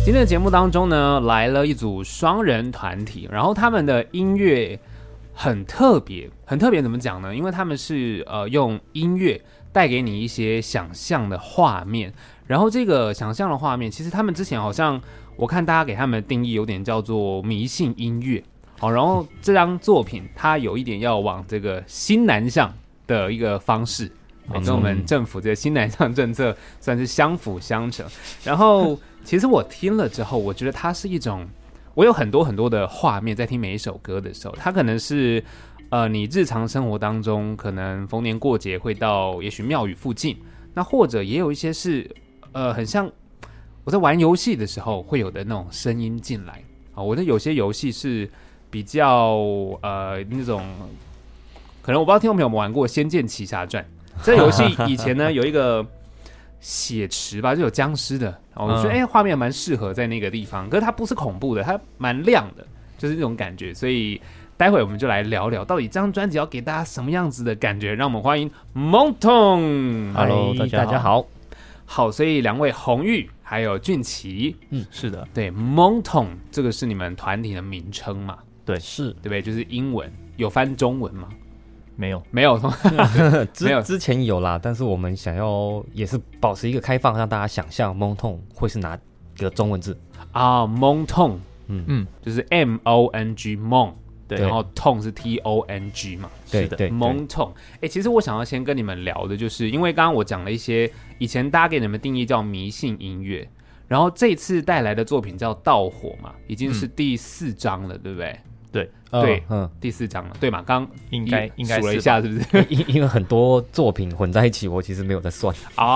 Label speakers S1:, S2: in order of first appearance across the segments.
S1: 今天的节目当中呢，来了一组双人团体，然后他们的音乐很特别，很特别怎么讲呢？因为他们是用音乐带给你一些想象的画面，然后这个想象的画面，其实他们之前好像我看大家给他们的定义有点叫做迷信音乐，好，然后这张作品它有一点要往这个新南向的一个方式。跟我们政府这个新南向政策算是相辅相成。然后，其实我听了之后，我觉得它是一种，我有很多很多的画面在听每一首歌的时候，它可能是你日常生活当中可能逢年过节会到也许庙宇附近，那或者也有一些是很像我在玩游戏的时候会有的那种声音进来啊。我的有些游戏是比较那种，可能我不知道听众朋友们玩过《仙剑奇侠传》。这游戏以前呢有一个血池吧，就有僵尸的，然后我觉得画面蛮适合在那个地方，可是它不是恐怖的，它蛮亮的，就是那种感觉。所以待会我们就来聊聊，到底这张专辑要给大家什么样子的感觉。让我们欢迎蒙痛
S2: ，Hello， 大家好。
S1: 好，所以两位红玉还有俊奇，
S2: 是的，
S1: 对，蒙痛这个是你们团体的名称嘛？
S2: 对，是，
S1: 对不对？就是英文，有翻中文吗？
S2: 没有
S3: 之前有啦，但是我们想要也是保持一个开放，让大家想象蒙痛会是哪个中文字
S1: 啊？蒙痛，就是 MONG 梦，
S2: 对，
S1: 然后痛是 TONG 嘛，
S3: 是的，
S1: 蒙痛。其实我想要先跟你们聊的就是，因为刚刚我讲了一些以前大家给你们定义叫迷信音乐，然后这次带来的作品叫盗火嘛，已经是第4章了，对不对？
S2: 对，
S1: 第4章了，对嘛？刚
S2: 应该
S1: 数了一下，是不是？
S3: 因为很多作品混在一起，我其实没有在算。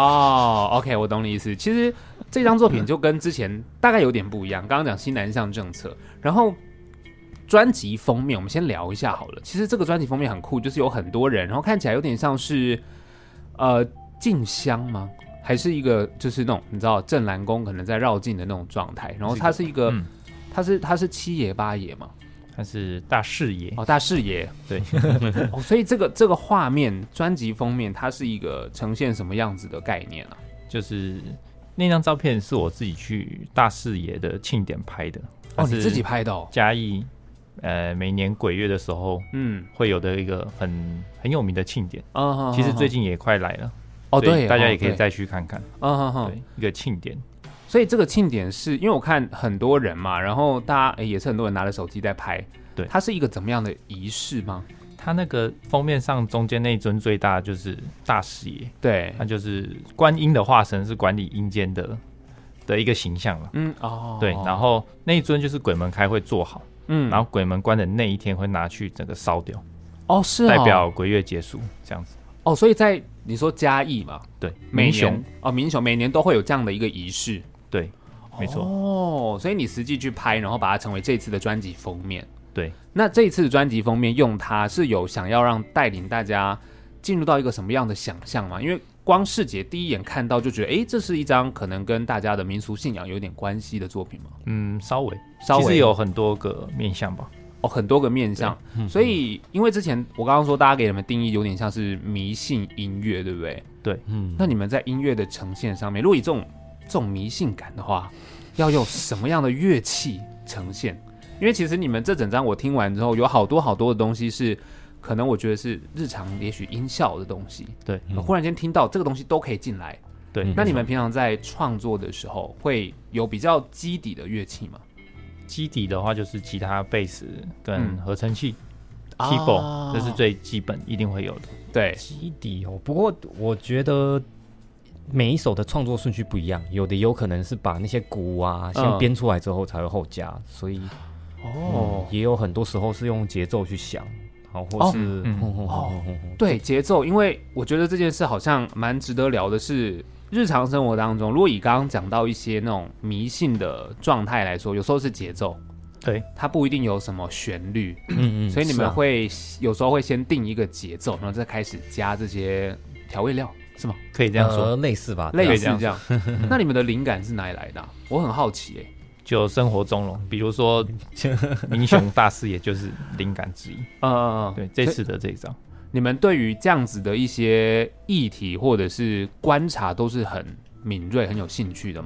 S1: OK， 我懂你意思。其实这张作品就跟之前大概有点不一样。刚刚讲新南向政策，然后专辑封面我们先聊一下好了。其实这个专辑封面很酷，就是有很多人，然后看起来有点像是进香吗？还是一个就是那种你知道镇澜宫可能在绕境的那种状态，然后它是一个，它是七爷八爷嘛。
S2: 他是大士爷
S1: 大士爷
S2: 对
S1: 所以这个画面专辑封面它是一个呈现什么样子的概念啊？
S2: 就是那张照片是我自己去大士爷的庆典拍的
S1: 你自己拍的
S2: 嘉义每年鬼月的时候会有的一个很有名的庆典其实最近也快来了对，大家也可以再去看看对，一个庆典。
S1: 所以这个庆典是因为我看很多人嘛，然后大家也是很多人拿着手机在拍，
S2: 对，
S1: 它是一个怎么样的仪式吗？
S2: 它那个封面上中间那一尊最大就是大士爷，
S1: 对，
S2: 它就是观音的化身，是管理阴间的一个形象了。对，然后那一尊就是鬼门开会做好，然后鬼门关的那一天会拿去整个烧掉，
S1: 是
S2: 代表鬼月结束这样子。
S1: 所以在你说嘉义嘛，
S2: 对，
S1: 民雄每年都会有这样的一个仪式。
S2: 对，没错。
S1: 所以你实际去拍，然后把它成为这次的专辑封面。
S2: 对，
S1: 那这一次的专辑封面用它是有想要让带领大家进入到一个什么样的想象吗？因为光视觉第一眼看到就觉得，这是一张可能跟大家的民俗信仰有点关系的作品吗？
S2: 稍微，其实有很多个面向吧。
S1: 很多个面向。所以因为之前我刚刚说大家给你们定义有点像是迷信音乐，对不对？
S2: 对，
S1: 那你们在音乐的呈现上面，如果以这种迷信感的话，要用什么样的乐器呈现？因为其实你们这整张我听完之后，有好多好多的东西是可能我觉得是日常也许音效的东西，
S2: 对，
S1: 忽然间听到这个东西都可以进来，
S2: 对。
S1: 那你们平常在创作的时候会有比较基底的乐器吗？
S2: 基底的话就是吉他、贝斯跟合成器、keyboard， 这是最基本一定会有的。
S1: 对，
S3: 基底不过我觉得每一首的创作顺序不一样，有的有可能是把那些鼓啊先编出来之后才会后加，所以也有很多时候是用节奏去想，或是
S1: 对节奏，因为我觉得这件事好像蛮值得聊的是，日常生活当中，如果以刚刚讲到一些那种迷信的状态来说，有时候是节奏，
S2: 对，
S1: 它不一定有什么旋律，所以你们会有时候会先定一个节奏，然后再开始加这些调味料。是吗？
S2: 可以这样说，
S3: 类似吧，
S1: 类似这样。那你们的灵感是哪里来的我很好奇
S2: 就生活中比如说民雄大士爷就是灵感之一。对，这次的这一张，
S1: 你们对于这样子的一些议题或者是观察都是很敏锐、很有兴趣的吗？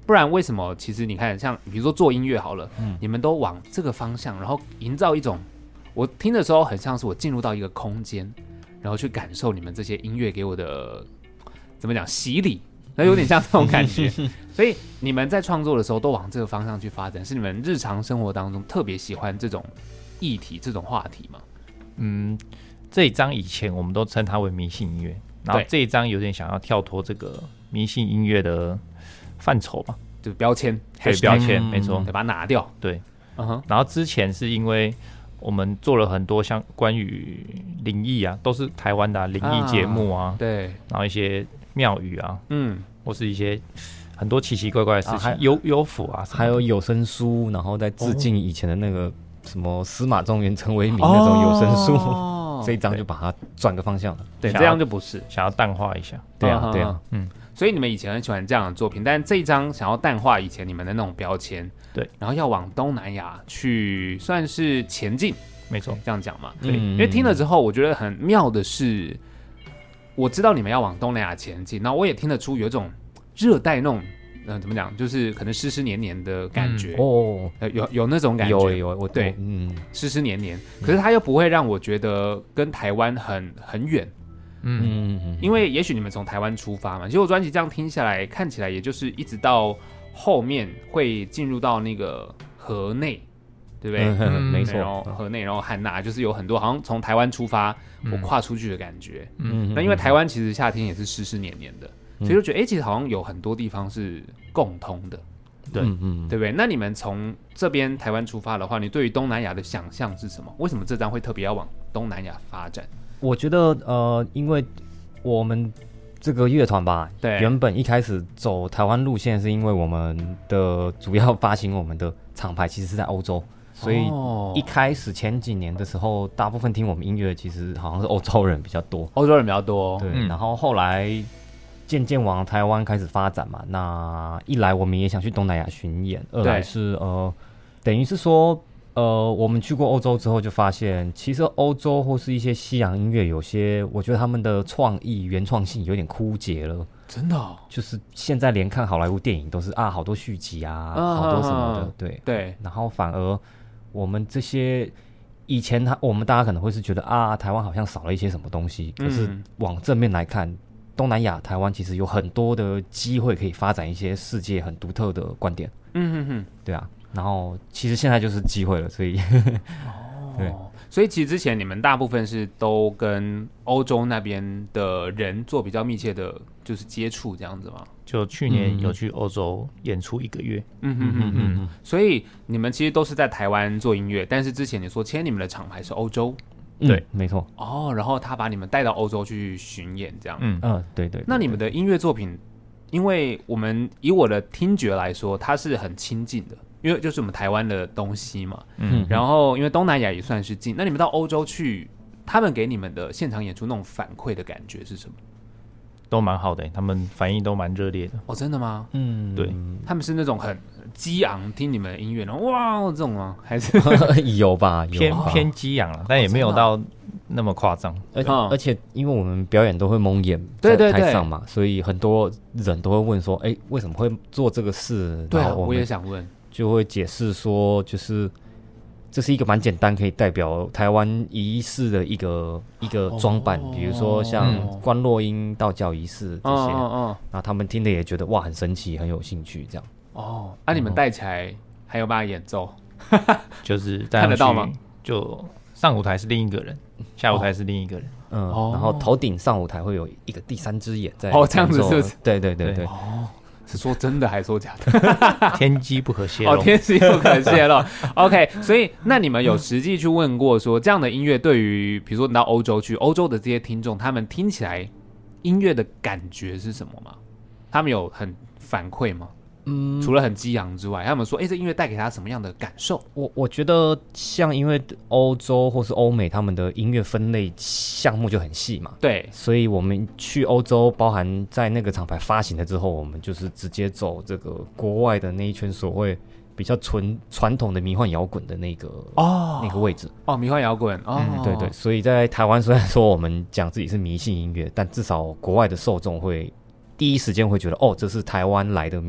S1: 不然为什么？其实你看，像比如说做音乐好了，你们都往这个方向，然后营造一种，我听的时候很像是我进入到一个空间，然后去感受你们这些音乐给我的怎么讲洗礼，那有点像这种感觉。所以你们在创作的时候都往这个方向去发展，是你们日常生活当中特别喜欢这种议题、这种话题吗？
S2: 这一张以前我们都称它为迷信音乐，然后这一张有点想要跳脱这个迷信音乐的范畴吧，
S1: 就是标签，
S2: 对标签，没错，
S1: 得把它拿掉。
S2: 对，然后之前是因为我们做了很多像关于灵异啊，都是台湾的灵异节目啊，
S1: 对，
S2: 然后一些庙宇啊，或是一些很多奇奇怪怪的事情，幽符啊，
S3: 还有有声书，然后再致敬以前的那个什么司马仲淹、陈为民那种有声书。这一张就把它转个方向了，
S1: 对，这样就不是
S2: 想要淡化一下，
S3: 对啊，对啊，
S1: 所以你们以前很喜欢这样的作品，但这一张想要淡化以前你们的那种标签，
S2: 对，
S1: 然后要往东南亚去算是前进，
S2: 没错，
S1: 这样讲嘛，对，因为听了之后，我觉得很妙的是，我知道你们要往东南亚前进，然后我也听得出有一种热带那种。怎么讲？就是可能湿湿黏黏的感觉有那种感觉，
S3: 有，
S1: 对，湿湿黏黏。可是它又不会让我觉得跟台湾很远，因为也许你们从台湾出发嘛。其实我专辑这样听下来，看起来也就是一直到后面会进入到那个河内，对不对？
S3: 没错，
S1: 然后河内，然后汉娜，就是有很多好像从台湾出发，我跨出去的感觉。那因为台湾其实夏天也是湿湿黏黏的。所以就觉得，其实好像有很多地方是共通的，
S2: 对，
S1: 对不对？那你们从这边台湾出发的话，你对于东南亚的想象是什么？为什么这张会特别要往东南亚发展？
S3: 我觉得，因为我们这个乐团吧，
S1: 对，
S3: 原本一开始走台湾路线，是因为我们的主要发行我们的厂牌其实是在欧洲，所以一开始前几年的时候，大部分听我们音乐其实好像是欧洲人比较多，对，然后后来。渐渐往台湾开始发展嘛，那一来我们也想去东南亚巡演，二来是等于是说我们去过欧洲之后就发现，其实欧洲或是一些西洋音乐，有些我觉得他们的创意原创性有点枯竭了，
S1: 真的，
S3: 就是现在连看好莱坞电影都是好多续集啊，好多什么的，
S1: 对，
S3: 然后反而我们这些以前我们大家可能会是觉得台湾好像少了一些什么东西，可是往正面来看。东南亚、台湾其实有很多的机会可以发展一些世界很独特的观点。对啊。然后其实现在就是机会了，所以
S1: 对，所以其实之前你们大部分是都跟欧洲那边的人做比较密切的，就是接触这样子吗？
S2: 就去年有去欧洲演出1个月。
S1: 所以你们其实都是在台湾做音乐，但是之前你说签你们的厂牌是欧洲。
S3: 对，没错。
S1: 然后他把你们带到欧洲去巡演，这样。
S3: 对。
S1: 那你们的音乐作品，因为以我的听觉来说，它是很亲近的，因为就是我们台湾的东西嘛。然后因为东南亚也算是近，那你们到欧洲去，他们给你们的现场演出那种反馈的感觉是什么？
S2: 都蛮好的，他们反应都蛮热烈的。
S1: 哦，真的吗？
S2: 对，
S1: 他们是那种很激昂听你们的音乐，然后哇这种吗？还是
S3: 有吧，
S2: 偏激昂了，但也没有到那么夸张。
S3: 而且因为我们表演都会蒙眼在台上嘛，所以很多人都会问说，为什么会做这个事？
S1: 对啊，我也想问，
S3: 就会解释说，就是这是一个蛮简单，可以代表台湾仪式的一个装扮，比如说像观落阴道教仪式这些，那他们听的也觉得哇很神奇，很有兴趣这样。
S1: 你们带起来还有办法演奏？
S2: 就是
S1: 看得到吗？
S2: 就上舞台是另一个人，下舞台是另一个人，
S3: 然后头顶上舞台会有一个第三只眼在。
S1: 这样子是不是？
S3: 对。
S1: 是说真的还是说假的？
S2: 天机不可泄露。
S1: 天机不可泄露。OK， 所以那你们有实际去问过说，这样的音乐对于比如说你到欧洲去，欧洲的这些听众，他们听起来音乐的感觉是什么吗？他们有很反馈吗？除了很激昂之外，他们说，这音乐带给他什么样的感受？
S3: 我觉得像因为欧洲或是欧美，他们的音乐分类项目就很细嘛，
S1: 对，
S3: 所以我们去欧洲，包含在那个厂牌发行了之后，我们就是直接走这个国外的那一圈所谓比较传统的迷幻摇滚的那个位置。
S1: 迷幻摇滚。
S3: 对，所以在台湾虽然说我们讲自己是迷信音乐，但至少国外的受众会第一时间会觉得，这是台湾来的迷幻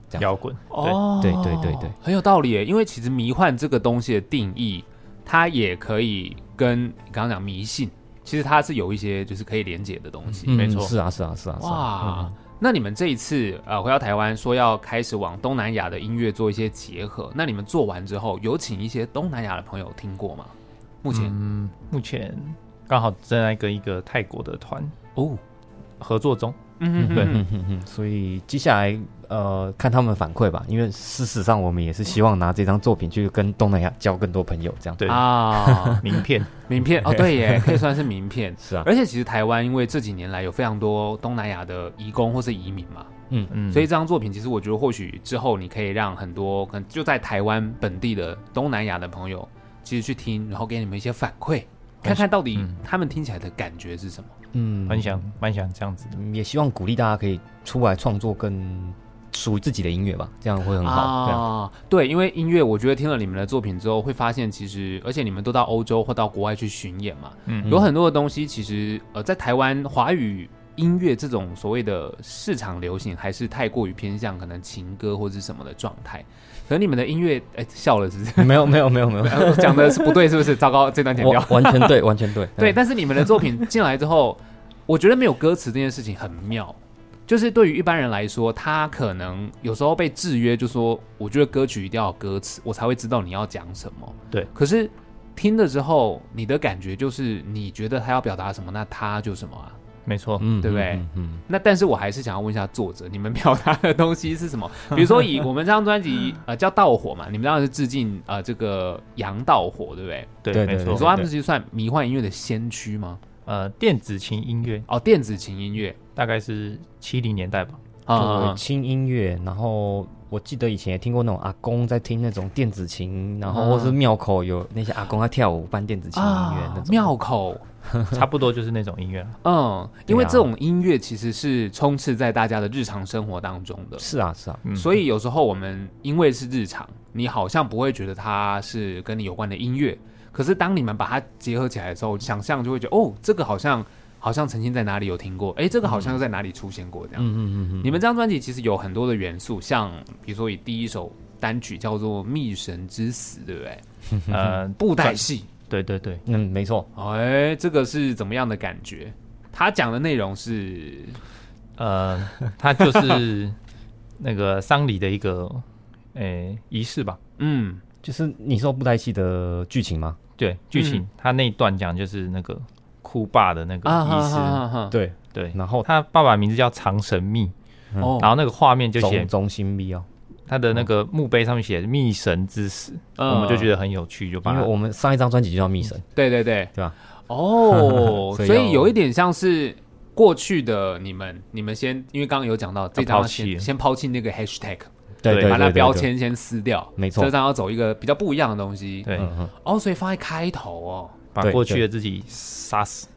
S3: 这样
S2: 摇滚。
S3: 对，
S1: 很有道理耶。因为其实迷幻这个东西的定义，它也可以跟刚刚讲迷信，其实它是有一些就是可以连结的东西。
S2: 没错，
S3: 是啊。
S1: 哇，那你们这一次回到台湾，说要开始往东南亚的音乐做一些结合，那你们做完之后，有请一些东南亚的朋友听过吗？
S2: 目前刚好正在跟一个泰国的团合作中。
S3: 所以接下来看他们反馈吧，因为事实上我们也是希望拿这张作品去跟东南亚交更多朋友，这样
S2: 对啊，名片
S1: 哦，对耶，可以算是名片。
S3: 是啊，
S1: 而且其实台湾因为这几年来有非常多东南亚的移工或是移民嘛，所以这张作品其实我觉得或许之后你可以让很多可能就在台湾本地的东南亚的朋友其实去听，然后给你们一些反馈，看看到底他们听起来的感觉是什么。
S2: 蛮想这样子的，
S3: 也希望鼓励大家可以出来创作更属于自己的音乐吧，这样会很好。
S1: 对，因为音乐，我觉得听了你们的作品之后，会发现其实，而且你们都到欧洲或到国外去巡演嘛，有很多的东西，其实在台湾华语音乐这种所谓的市场流行，还是太过于偏向可能情歌或者是什么的状态。可能你们的音乐，笑了是不是？
S3: 没有，
S1: 讲的是不对，是不是？糟糕，这段剪掉。
S3: 完全对。
S1: 对，但是你们的作品进来之后，我觉得没有歌词这件事情很妙。就是对于一般人来说，他可能有时候被制约，就说我觉得歌曲一定要有歌词，我才会知道你要讲什么。
S2: 对。
S1: 可是听了之后，你的感觉就是你觉得他要表达什么，那他就什么啊。
S2: 没错，
S1: 对不对？那但是我还是想要问一下作者，你们表达的东西是什么？比如说以我们这张专辑叫盗火嘛，你们当然是致敬这个杨盗火，对不对？
S2: 对，没错。
S1: 你说他们是算迷幻音乐的先驱吗？
S2: 电子琴音乐
S1: 电子琴音乐
S2: 大概是70年代吧。
S3: 轻音乐，然后我记得以前也听过那种阿公在听那种电子琴，然后或是庙口有那些阿公在跳舞伴电子琴音乐那种。
S1: 庙口
S2: 差不多就是那种音乐
S1: 因为这种音乐其实是充斥在大家的日常生活当中的。
S3: 是啊，
S1: 所以有时候我们因为是日常，你好像不会觉得它是跟你有关的音乐，可是当你们把它结合起来的时候，想象就会觉得这个好像曾经在哪里有听过，这个好像又在哪里出现过这样。你们这张专辑其实有很多的元素，像比如说以第一首单曲叫做《密神之死》，对不对？布袋戏。
S2: 对，
S3: 没错。
S1: 这个是怎么样的感觉？他讲的内容是，
S2: 他就是那个丧礼的一个仪式吧。
S3: 就是你说布袋戏的剧情吗？
S2: 对，剧情，他那一段讲就是那个哭爸的那个仪式。对，
S3: 然后
S2: 他爸爸名字叫长神秘，然后那个画面就写
S3: 中心密哦。
S2: 他的那个墓碑上面写密神之死，我们就觉得很有趣，就把
S3: 因为我们上一张专辑就叫密神，
S1: 对
S3: 吧？
S1: 所以有一点像是过去的你们先，因为刚刚有讲到这张先抛弃那个 hashtag，
S3: 对，
S1: 把那标签先撕掉，
S3: 没错，
S1: 这张要走一个比较不一样的东西，
S2: 对，
S1: 所以放在开头
S2: 把过去的自己杀死。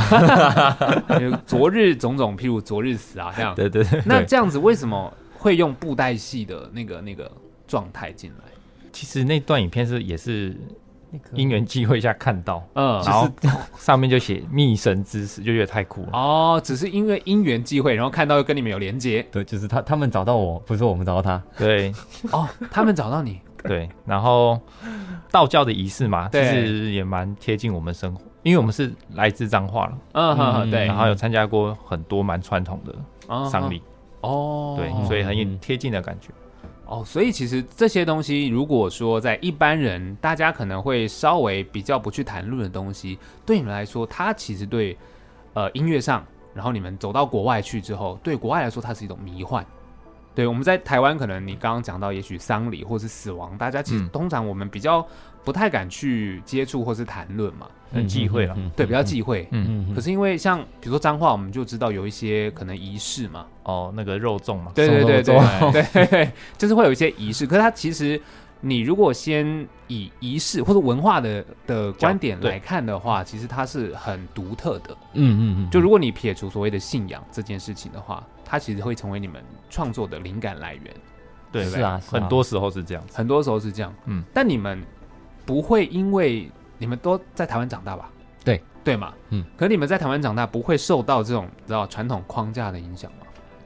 S1: 昨日种种，譬如昨日死啊，这样。
S2: 对。
S1: 那这样子为什么会用布袋戏的那个状态进来？
S2: 其实那段影片也是因缘际会下看到，然后上面就写密神之死，就觉得太酷了。
S1: 只是因为因缘际会，然后看到又跟你们有连结。
S3: 对，就是他们找到我，不是我们找到他。
S2: 对，
S1: 他们找到你。
S2: 对，然后道教的仪式嘛，其实也蛮贴近我们生活，因为我们是来自彰化了。
S1: 对，
S2: 然后有参加过很多蛮传统的丧礼。对，所以很贴近的感觉。
S1: 所以其实这些东西，如果说在一般人大家可能会稍微比较不去谈论的东西，对你们来说，它其实对音乐上，然后你们走到国外去之后，对国外来说，它是一种迷幻。对，我们在台湾可能你刚刚讲到，也许丧礼或是死亡，大家其实通常我们比较不太敢去接触或是谈论嘛，
S2: 很忌讳了。
S1: 对，比较忌讳。可是因为像比如说彰化，我们就知道有一些可能仪式嘛。
S2: 那个肉粽嘛。
S1: 对，就是会有一些仪式。可是它其实你如果先以仪式或者文化的观点来看的话，其实它是很独特的。就如果你撇除所谓的信仰这件事情的话，它其实会成为你们创作的灵感来源。
S2: 对，是啊，很多时候是这样子。
S1: 很多时候是这样。但你们不会因为你们都在台湾长大吧？
S3: 对
S1: 嘛。可是你们在台湾长大，不会受到这种你知道传统框架的影响吗？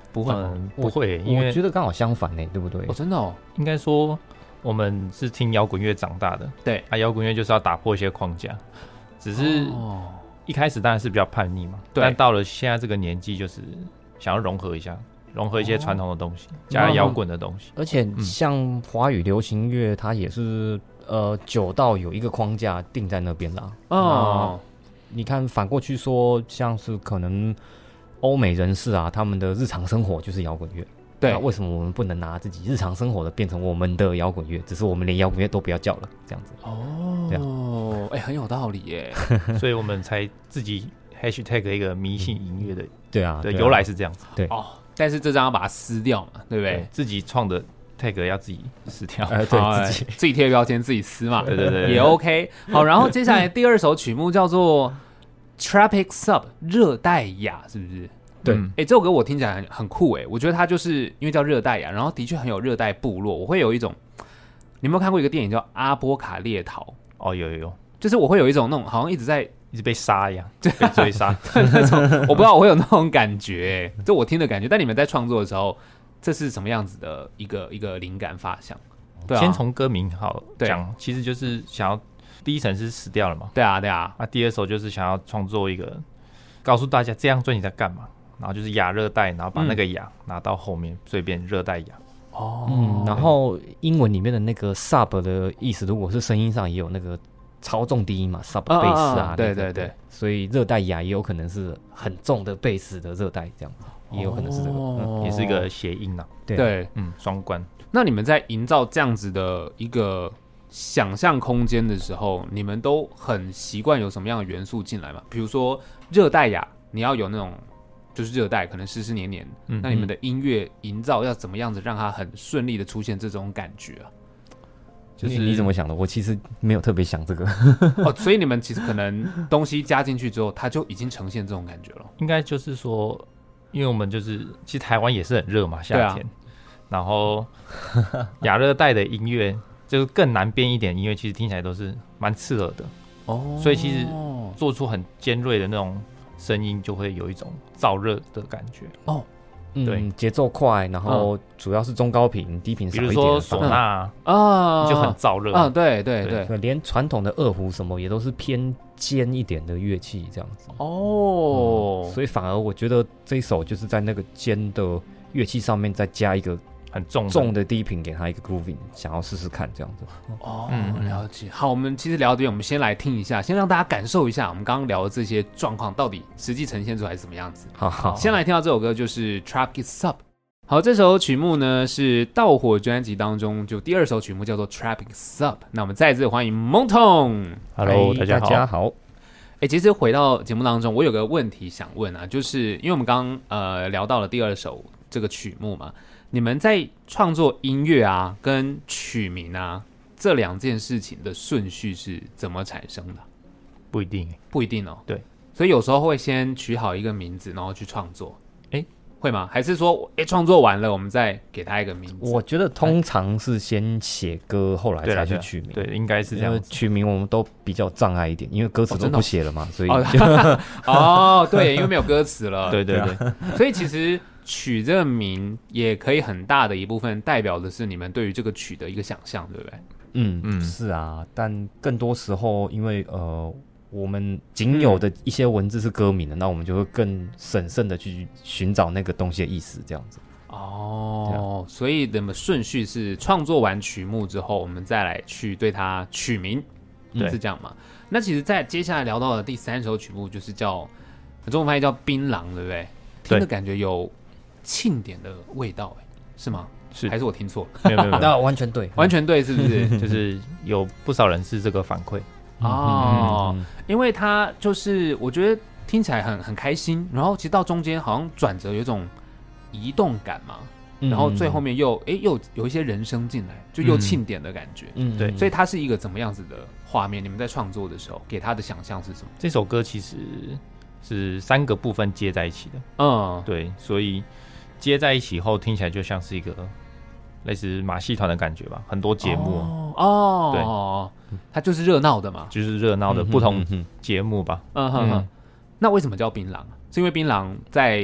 S1: 不会吗？
S2: 不会，因为
S3: 我觉得刚好相反对不对？
S1: 哦，真的哦，
S2: 应该说我们是听摇滚乐长大的，
S1: 对
S2: 摇滚乐就是要打破一些框架，只是一开始当然是比较叛逆嘛，但到了现在这个年纪，就是想要融合一下。融合一些传统的东西，加摇滚的东西，
S3: 而且像华语流行乐，它也是久到有一个框架定在那边啦。哦，你看反过去说，像是可能欧美人士啊，他们的日常生活就是摇滚乐。对，那为什么我们不能拿自己日常生活的变成我们的摇滚乐？只是我们连摇滚乐都不要叫了，这样子。
S1: 哦，很有道理耶。
S2: 所以我们才自己 hashtag 一个迷信音乐的，
S3: 对啊，
S2: 的由来是这样子。
S3: 对
S1: 哦。但是这张要把它撕掉嘛，对不对？
S2: 自己创的 tag 要自己撕掉，
S3: 对，
S1: 自己贴标签自己撕嘛，
S2: 对，
S1: 也 OK。好，然后接下来第二首曲目叫做 Tropic Sub 热带亚，是不是？
S3: 对，
S1: 这首歌我听起来很酷我觉得它就是因为叫热带亚，然后的确很有热带部落，我会有一种，你有没有看过一个电影叫《阿波卡列逃》？
S2: 哦，有，
S1: 就是我会有一种那种好像一直
S2: 被杀一样，被追杀
S1: 那种，我不知道我会有那种感觉，就我听的感觉。但你们在创作的时候，这是什么样子的一个灵感发想？对啊，
S2: 先从歌名好讲，其实就是想要第一层是死掉了嘛，
S1: 对啊，
S2: 第二首就是想要创作一个告诉大家这样专辑在干嘛，然后就是亚热带，然后把那个亚拿到后面，所以变热带亚。
S3: 然后英文里面的那个 sub 的意思，如果是声音上也有那个。超重低音嘛 ，sub 贝斯啊，
S1: 对，
S3: 所以热带亚也有可能是很重的贝斯的热带，这样也有可能是这个，
S2: 也是一个谐音呐。
S1: 对，
S2: 双关。
S1: 那你们在营造这样子的一个想象空间的时候，你们都很习惯有什么样的元素进来吗？比如说热带亚，你要有那种就是热带，可能湿湿黏黏，那你们的音乐营造要怎么样子让它很顺利的出现这种感觉啊？
S3: 就是你怎么想的？我其实没有特别想这个
S1: 所以你们其实可能东西加进去之后，它就已经呈现这种感觉了。
S2: 应该就是说，因为我们就是其实台湾也是很热嘛，夏天，然后亚热带的音乐就是更难编一点音乐，其实听起来都是蛮刺耳的所以其实做出很尖锐的那种声音，就会有一种燥热的感觉
S3: 对，节奏快，然后主要是中高频，低频少一点。
S2: 比如说唢呐就很燥热
S1: 对，
S3: 连传统的二胡什么也都是偏尖一点的乐器，这样子。所以反而我觉得这一首就是在那个尖的乐器上面再加一个
S2: 很
S3: 重的低频，给他一个 grooving， 想要试试看这样子。
S1: 了解。好，我们其实聊到这边，我们先来听一下，先让大家感受一下我们刚刚聊的这些状况到底实际呈现出来是什么样子。
S3: 好，
S1: 先来听到这首歌就是 Tropic Sub。好，这首曲目呢是盗火专辑当中就第二首曲目，叫做 Tropic Sub。那我们再次欢迎蒙彤。
S2: Hello， 大家
S3: 好。
S1: 其实回到节目当中，我有个问题想问啊，就是因为我们刚聊到了第二首这个曲目嘛。你们在创作音乐啊跟曲名啊这两件事情的顺序是怎么产生的？
S2: 不一定
S1: 哦。
S2: 对，
S1: 所以有时候会先取好一个名字，然后去创作。会吗？还是说创作完了我们再给他一个名字？
S3: 我觉得通常是先写歌，后来才去取名。
S2: 对，应该是这样。
S3: 取名我们都比较障碍一点，因为歌词都不写了嘛，所以
S1: 对，因为没有歌词了。
S2: 对，
S1: 所以其实取这个名也可以很大的一部分代表的是你们对于这个曲的一个想象，对不对？
S3: 是啊，但更多时候因为我们仅有的一些文字是歌名的，那我们就会更审慎的去寻找那个东西的意思，这样子。
S1: 所以你们顺序是创作完曲目之后，我们再来去对它取名，是这样吗？那其实在接下来聊到的第三首曲目就是中文翻译叫槟榔，对不对？听的感觉有庆典的味道，是吗？
S2: 是，
S1: 还是我听错？
S2: 没有，
S3: 那完全对，
S1: 完全对，是不是？
S2: 就是有不少人是这个反馈
S1: 因为他就是我觉得听起来很开心，然后其实到中间好像转折有一种移动感嘛，然后最后面又有一些人声进来，就又庆典的感觉。
S2: 对，
S1: 所以它是一个怎么样子的画面？你们在创作的时候给他的想象是什么？
S2: 这首歌其实是3个部分接在一起的。对，所以接在一起后听起来就像是一个类似马戏团的感觉吧，很多节目
S1: 对，它就是热闹的嘛，
S2: 就是热闹的不同节目吧。
S1: 那为什么叫槟榔？是因为槟榔在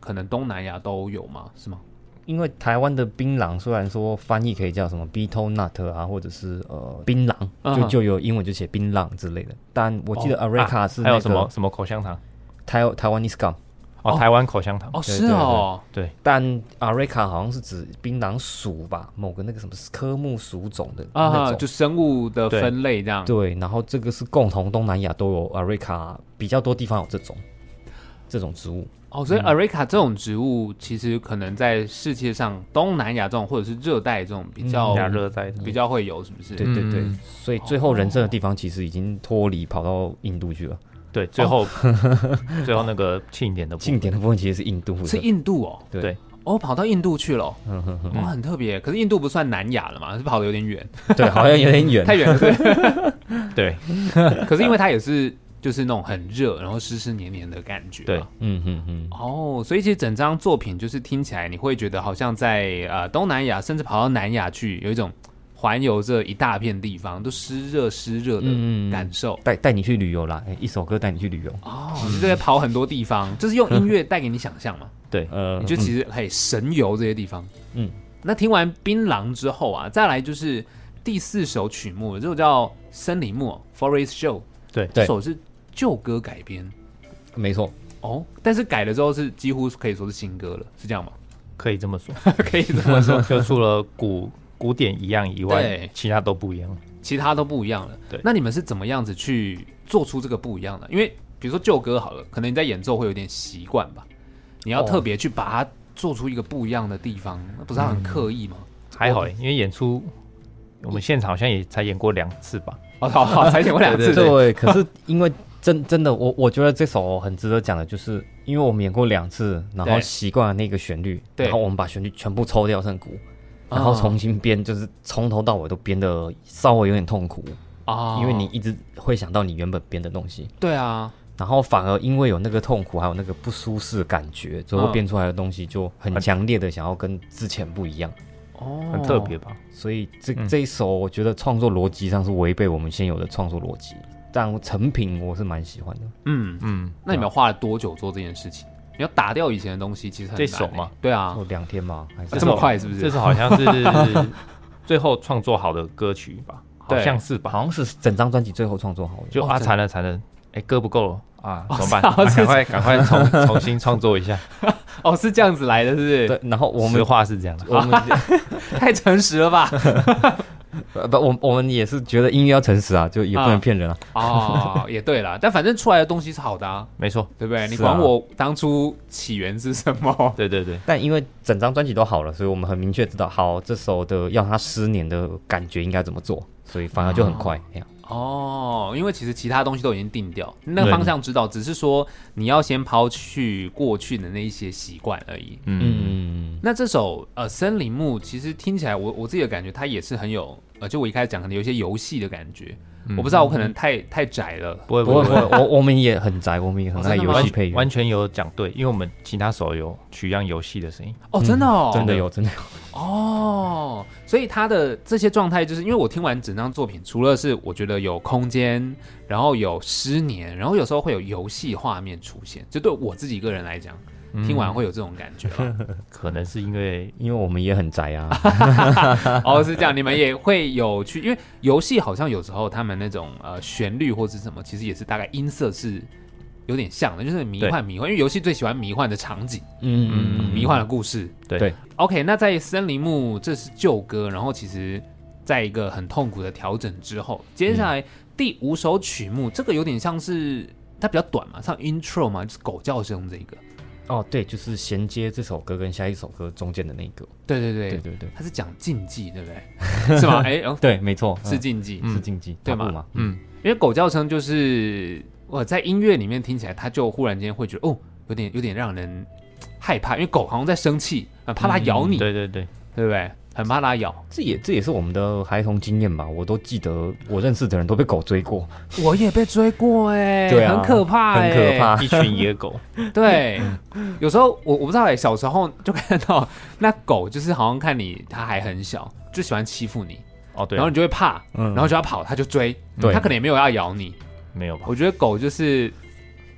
S1: 可能东南亚都有吗？是吗？
S3: 因为台湾的槟榔虽然说翻译可以叫什么 beetle nut 啊，或者是槟榔，就有英文就写槟榔之类的，但我记得 Areca 是那个、
S2: 还有什么口香糖，
S3: 台湾 gum。
S2: 台湾口香糖
S1: 是哦，
S2: 对，
S3: 但 Areca 好像是指槟榔属吧，某个那个什么科目属种的那种，
S1: 就生物的分类这样。
S3: 对，然后这个是共同东南亚都有 Areca， 比较多地方有这种植物。
S1: 所以 Areca 这种植物其实可能在世界上东南亚这种或者是热带这种比较
S2: 亚热带的
S1: 比较会有，是不是？
S3: 对对对，所以最后人生的地方其实已经脱离跑到印度去了。
S2: 对，最后那个庆典的
S3: 部分其实是印度的，
S1: 是印度哦。
S2: 对，
S1: 跑到印度去了，很特别。可是印度不算南亚了嘛，是跑得有点远。
S3: 对，好像有点远，
S1: 太远了，对。
S2: 对，
S1: 可是因为它也是就是那种很热，然后湿湿黏黏的感觉。
S2: 对，
S1: 所以其实整张作品就是听起来你会觉得好像在东南亚，甚至跑到南亚去，有一种环游这一大片地方都湿热的感受，
S3: 带你去旅游啦，一首歌带你去旅游
S1: 你就在跑很多地方，就是用音乐带给你想象嘛。
S2: 对，
S1: 你就其实可以神游这些地方。那听完槟榔之后啊，再来就是第4首曲目，这首叫森林木 Forest Show。
S2: 对，
S1: 这首是旧歌改编，
S3: 没错。
S1: 但是改了之后是几乎可以说是新歌了，是这样吗？
S2: 可以这么说，
S1: 可以这么说，
S2: 就除了古典一样以外，其他都不一样了。
S1: 对，那你们是怎么样子去做出这个不一样的？因为比如说旧歌好了，可能你在演奏会有点习惯吧，你要特别去把它做出一个不一样的地方，那不是很刻意吗？
S2: 还好因为演出我们现场好像也才演过2次吧。
S1: 好，才演过2次。
S3: 对，可是因为真的，我觉得这首很值得讲的，就是因为我们演过2次，然后习惯了那个旋律，然后我们把旋律全部抽掉剩鼓。然后重新编，就是从头到尾都编得稍微有点痛苦因为你一直会想到你原本编的东西。
S1: 对啊，
S3: 然后反而因为有那个痛苦，还有那个不舒适的感觉，最后编出来的东西就很强烈的想要跟之前不一样。
S2: 很特别吧？
S3: 所以这一首我觉得创作逻辑上是违背我们现有的创作逻辑，但成品我是蛮喜欢的。
S1: 那你们花了多久做这件事情？你要打掉以前的东西，其实很难。
S2: 这首吗？
S1: 对啊
S3: ，2天吗？还
S1: 是这么快？是不是？
S2: 这首好像是最后创作好的歌曲吧？好像是吧？
S3: 好像是整张专辑最后创作好的。
S2: 就惨了，歌不够了啊，怎么办？赶快重新创作一下。
S1: 是这样子来的，是不是？
S3: 对，然后我们
S2: 实话是这样的，
S3: 我们
S1: 太诚实了吧？
S3: 我们也是觉得音乐要诚实啊，就也不能骗人
S1: 啊。也对啦，但反正出来的东西是好的啊，
S2: 没错，
S1: 对不对？你管我当初起源是什么？
S2: 对对对。
S3: 但因为整张专辑都好了，所以我们很明确知道，好，这首的要它失年的感觉应该怎么做，所以反而就很快。
S1: 因为其实其他东西都已经定掉，那个方向知道，只是说你要先抛去过去的那一些习惯而已。那这首森林木其实听起来我自己的感觉，它也是很有就我一开始讲可能有一些游戏的感觉。我不知道我可能太窄了。
S2: 不会，
S3: 我们也很宅，我们也很爱游戏配乐，
S2: 完全有讲对，因为我们其他首有取样游戏的声音。
S1: 真的
S3: 真的有
S1: 所以他的这些状态，就是因为我听完整张作品，除了是我觉得有空间，然后有湿黏，然后有时候会有游戏画面出现，就对我自己一个人来讲，听完会有这种感觉吧。
S2: 可能是因为
S3: 我们也很宅啊。
S1: 是这样，你们也会有去，因为游戏好像有时候他们那种旋律或是什么，其实也是大概音色是有点像的，就是迷幻，因为游戏最喜欢迷幻的场景，迷幻的故事。
S2: 对
S1: ，OK， 那在森林木这是旧歌，然后其实在一个很痛苦的调整之后，接下来第5首曲目，这个有点像是它比较短嘛，像 intro 嘛，就是狗叫声这个。
S3: 对，就是衔接这首歌跟下一首歌中间的那个。
S1: 对，它是讲禁忌，对不对？是吗？
S3: 对，没错，
S1: 是禁忌，
S3: 是禁忌，
S1: 对吗？因为狗叫声就是我在音乐里面听起来，它就忽然间会觉得有点让人害怕，因为狗好像在生气，怕它咬你。
S2: 对，
S1: 对不对？很怕它咬。
S3: 这也是我们的孩童经验吧？我都记得我认识的人都被狗追过，
S1: 我也被追过
S3: 对啊，
S1: 很可怕
S3: 很可怕，
S2: 一群野狗。
S1: 对，有时候我不知道小时候就看到那狗，就是好像看你它还很小，就喜欢欺负你。
S2: 对，
S1: 然后你就会怕，然后就要跑，它就追，它可能也没有要咬你，
S2: 没有吧？
S1: 我觉得狗就是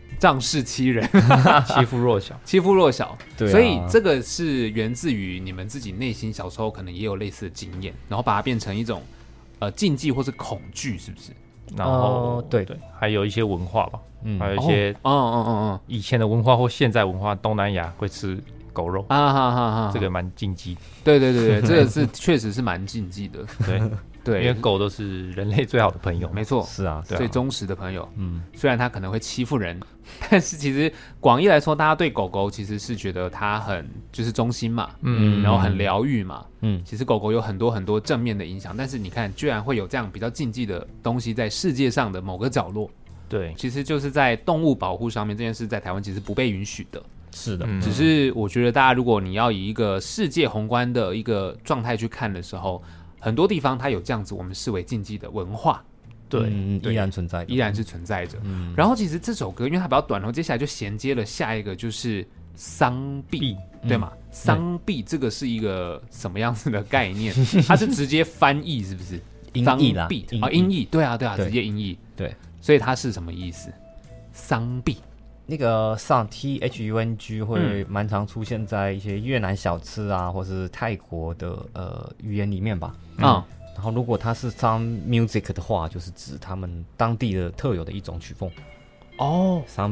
S1: 仗势欺人，
S2: 欺负弱小，
S1: 欺负弱小。
S3: 对啊，
S1: 所以这个是源自于你们自己内心小时候可能也有类似的经验，然后把它变成一种禁忌或是恐惧，是不是？
S2: 然后
S3: 对，
S2: 还有一些文化吧，还有一些以前的文化或现在文化，东南亚会吃狗肉这个蛮禁忌。
S1: 对，这个是确实是蛮禁忌的。对，
S2: 因为狗都是人类最好的朋友，
S1: 没错，
S3: 是啊，
S1: 最忠实的朋友。虽然它可能会欺负人，但是其实广义来说，大家对狗狗其实是觉得它很就是忠心嘛，然后很疗愈嘛，其实狗狗有很多很多正面的影响，但是你看，居然会有这样比较禁忌的东西在世界上的某个角落。
S2: 对，
S1: 其实就是在动物保护上面，这件事在台湾其实不被允许的。
S3: 是的，
S1: 只是我觉得大家如果你要以一个世界宏观的一个状态去看的时候，很多地方它有这样子我们视为禁忌的文化，
S2: 对，
S3: 依然存在的，
S1: 依然是存在着。然后其实这首歌因为它比较短，然后接下来就衔接了下一个就是丧毕，对吗？丧毕这个是一个什么样子的概念？它是直接翻译是不是？
S3: 音译啦，
S1: 音译，对啊，直接音译，
S3: 对，
S1: 所以它是什么意思？丧毕。
S3: 那个丧 THUNG 会蛮常出现在一些越南小吃啊，或是泰国的语言里面吧。然后如果它是 Sound Music 的话，就是指他们当地的特有的一种曲风。Sound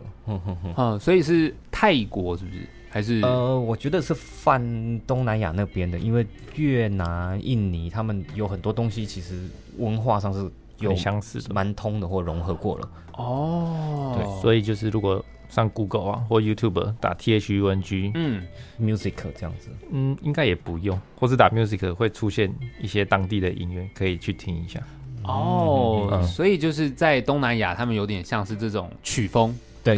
S3: Music，
S1: 所以是泰国是不是？还是
S3: 我觉得是泛东南亚那边的，因为越南、印尼他们有很多东西，其实文化上是有
S2: 相似的，
S3: 蛮通的或融合过了。
S2: 对，所以就是如果上 Google 啊或 YouTube 打 THUNG
S3: Music 这样子，
S2: 应该也不用，或是打 Music 会出现一些当地的音乐，可以去听一下。
S1: 所以就是在东南亚，他们有点像是这种曲风。
S3: 对。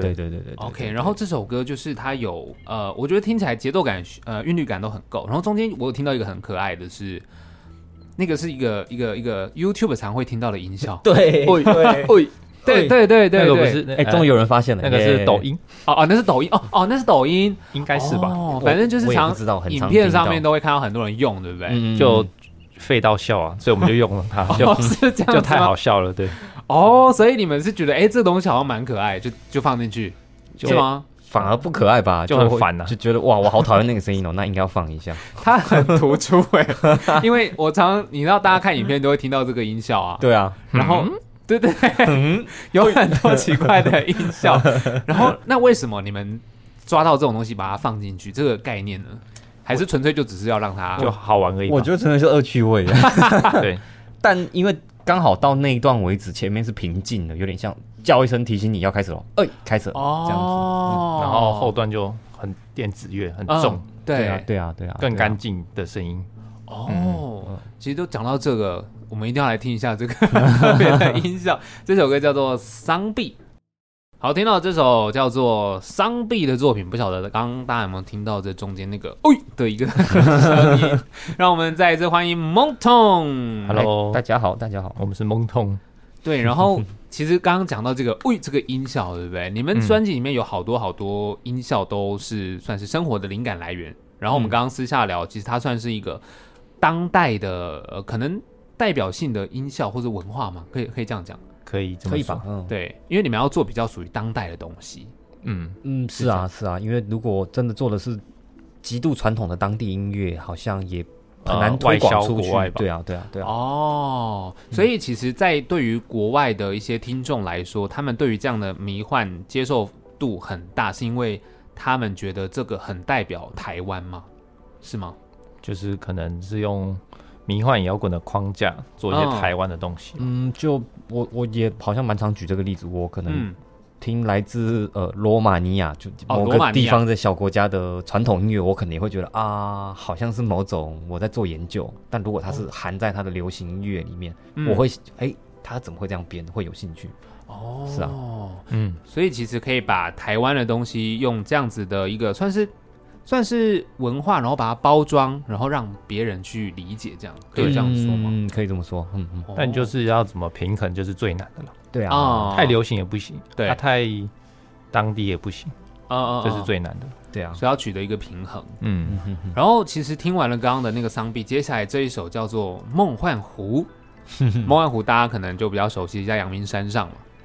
S1: OK， 然后这首歌就是它有我觉得听起来节奏感、韵律感都很够。然后中间我有听到一个很可爱的是，那个是一个 YouTube 常会听到的音效。
S3: 对，
S1: 对，
S2: 那个不是，
S3: 终于有人发现了，
S2: 那个是抖音。
S1: 那是抖音，那是抖音，
S2: 应该是吧？
S1: 反正就是影片上面都会看到很多人用，对不对？
S2: 就废到笑啊，所以我们就用了它，
S1: 是这样，
S2: 就太好笑了，对。
S1: 所以你们是觉得这个东西好像蛮可爱，就放进去，是吗？
S3: 反而不可爱吧，
S2: 就很烦啊，
S3: 就觉得哇，我好讨厌那个声音那应该要放一下。
S1: 它很突出因为我你知道大家看影片都会听到这个音效啊，
S3: 对啊，
S1: 然后对，有很多奇怪的音效，然后那为什么你们抓到这种东西把它放进去？这个概念呢？还是纯粹就只是要让它
S2: 就好玩而已？
S3: 我觉得纯粹是恶趣味。
S2: 对，
S3: 但因为刚好到那一段为止，前面是平静的，有点像叫一声提醒你要开始了，开始了这样子。
S2: 然后后段就很电子乐，很重，
S3: 对啊，
S2: 更干净的声音。
S1: 其实都讲到这个，我们一定要来听一下这个特别的音效。这首歌叫做《丧毕》。好，听到这首叫做《丧毕》的作品，不晓得刚刚大家有没有听到这中间那个的一个声音？让我们再一次欢迎蒙痛。
S2: Hello，
S3: 大家好，
S2: 我们是蒙痛。
S1: 对，然后其实刚刚讲到这个这个音效，对不对？你们专辑里面有好多音效都是算是生活的灵感来源。然后我们刚刚私下聊，其实它算是一个当代的可能代表性的音效或者文化嘛，可以这样讲。
S2: 可以
S3: 吧？
S1: 对，因为你们要做比较属于当代的东西。
S3: 是啊，因为如果真的做的是极度传统的当地音乐，好像也很难推广出去。对啊。
S1: 所以其实，在对于国外的一些听众来说，他们对于这样的迷幻接受度很大，是因为他们觉得这个很代表台湾吗？是吗？
S2: 就是可能是用迷幻摇滚的框架做一些台湾的东西。
S3: 就我也好像蛮常举这个例子，我可能听来自罗马尼亚就某个地方的小国家的传统音乐，我可能也会觉得好像是某种我在做研究，但如果它是含在它的流行音乐里面，我会它怎么会这样编，会有兴趣。是啊，
S1: 所以其实可以把台湾的东西用这样子的一个算是文化，然后把它包装，然后让别人去理解，这样可以这样说吗？
S3: 可以这么说。
S2: 但就是要怎么平衡，就是最难的了。
S3: 对啊，
S2: 太流行也不行，
S1: 对，
S2: 太当地也不行，这是最难的。
S3: 对啊，
S1: 所以要取得一个平衡。然后其实听完了刚刚的那个丧毕，接下来这一首叫做《梦幻湖》。梦幻湖大家可能就比较熟悉，在阳明山上嘛。